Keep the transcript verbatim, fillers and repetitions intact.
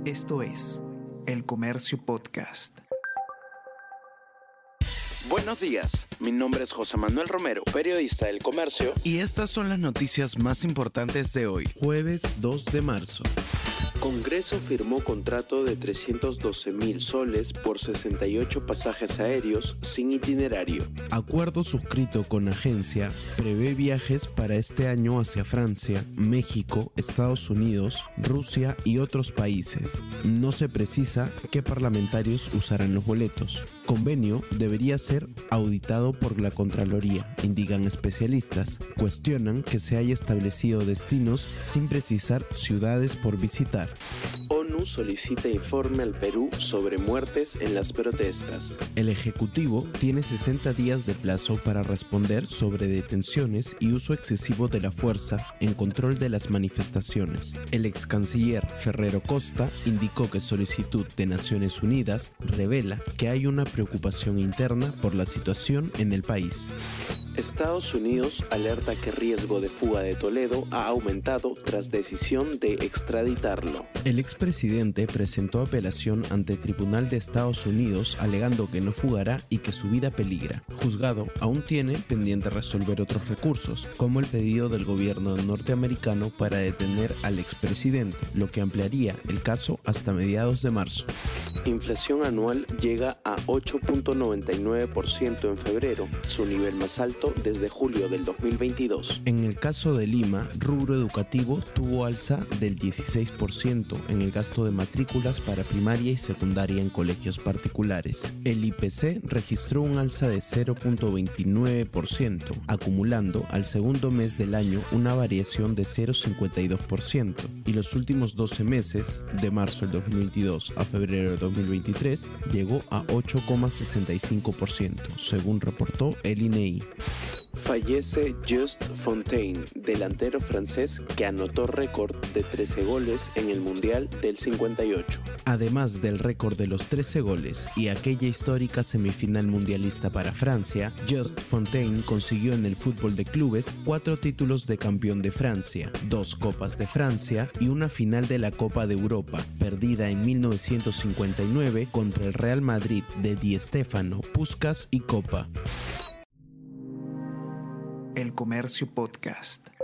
Esto es El Comercio Podcast. Buenos días, mi nombre es José Manuel Romero, periodista del Comercio. Y estas son las noticias más importantes de hoy, jueves dos de marzo. Congreso firmó contrato de trescientos doce mil soles por sesenta y ocho pasajes aéreos sin itinerario. Acuerdo suscrito con agencia prevé viajes para este año hacia Francia, México, Estados Unidos, Rusia y otros países. No se precisa qué parlamentarios usarán los boletos. Convenio debería ser auditado por la Contraloría, indican especialistas. Cuestionan que se haya establecido destinos sin precisar ciudades por visitar. ONU solicita informe al Perú sobre muertes en las protestas. El Ejecutivo tiene sesenta días de plazo para responder sobre detenciones y uso excesivo de la fuerza en control de las manifestaciones. El ex canciller Ferrero Costa indicó que solicitud de Naciones Unidas revela que hay una preocupación interna por la situación en el país. Estados Unidos alerta que riesgo de fuga de Toledo ha aumentado tras decisión de extraditarlo. El expresidente presentó apelación ante el Tribunal de Estados Unidos alegando que no fugará y que su vida peligra. Juzgado aún tiene pendiente resolver otros recursos, como el pedido del gobierno norteamericano para detener al expresidente, lo que ampliaría el caso hasta mediados de marzo. Inflación anual llega a ocho punto noventa y nueve por ciento en febrero, su nivel más alto desde julio del dos mil veintidós. En el caso de Lima, rubro educativo tuvo alza del dieciséis por ciento en el gasto de matrículas para primaria y secundaria en colegios particulares. El I P C registró un alza de cero punto veintinueve por ciento, acumulando al segundo mes del año una variación de cero punto cincuenta y dos por ciento, y los últimos doce meses, de marzo del dos mil veintidós a febrero del dos mil veintitrés, llegó a ocho coma sesenta y cinco por ciento, según reportó el I N E I. Fallece Just Fontaine, delantero francés que anotó récord de trece goles en el Mundial del cincuenta y ocho. Además del récord de los trece goles y aquella histórica semifinal mundialista para Francia, Just Fontaine consiguió en el fútbol de clubes cuatro títulos de campeón de Francia, dos Copas de Francia y una final de la Copa de Europa, perdida en mil novecientos cincuenta y nueve contra el Real Madrid de Di Stéfano, Puskás y Copa. El Comercio Podcast.